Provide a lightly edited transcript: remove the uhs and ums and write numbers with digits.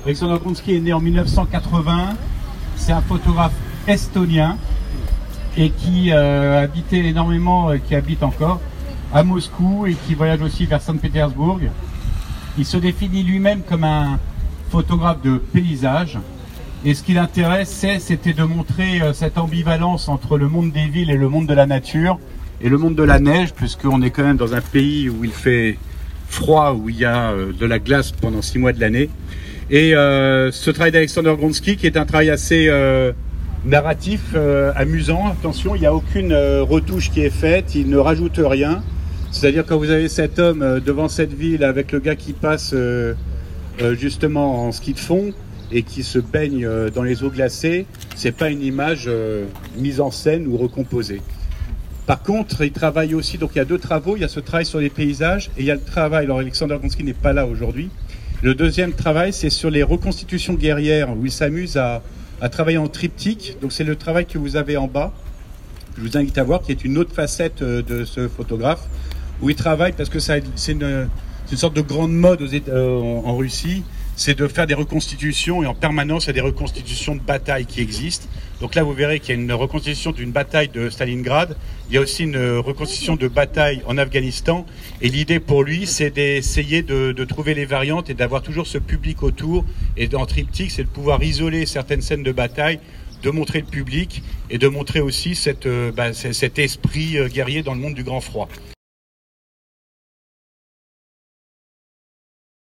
Alexander Gonski est né en 1980. C'est un photographe estonien et qui habitait énormément, qui habite encore à Moscou et qui voyage aussi vers Saint-Pétersbourg. Il se définit lui-même comme un photographe de paysage. Et ce qui l'intéresse, c'était de montrer cette ambivalence entre le monde des villes et le monde de la nature, et le monde de la neige, puisqu'on est quand même dans un pays où il fait froid, où il y a de la glace pendant 6 mois de l'année. Et ce travail d'Alexander Gonski, qui est un travail assez narratif, amusant. Attention, il n'y a aucune retouche qui est faite, il ne rajoute rien. C'est-à-dire quand vous avez cet homme devant cette ville avec le gars qui passe justement en ski de fond, et qui se baigne dans les eaux glacées, c'est pas une image mise en scène ou recomposée. Par contre, il travaille aussi, donc il y a 2 travaux, il y a ce travail sur les paysages et il y a le travail, alors Alexander Gonski n'est pas là aujourd'hui. Le deuxième travail, c'est sur les reconstitutions guerrières, où il s'amuse à travailler en triptyque, donc c'est le travail que vous avez en bas, je vous invite à voir, qui est une autre facette de ce photographe, où il travaille, parce que c'est une sorte de grande mode en Russie, c'est de faire des reconstitutions, et en permanence il y a des reconstitutions de batailles qui existent. Donc là vous verrez qu'il y a une reconstitution d'une bataille de Stalingrad, il y a aussi une reconstitution de bataille en Afghanistan, et l'idée pour lui c'est d'essayer de trouver les variantes et d'avoir toujours ce public autour, et en triptyque c'est de pouvoir isoler certaines scènes de bataille, de montrer le public et de montrer aussi cet esprit guerrier dans le monde du grand froid.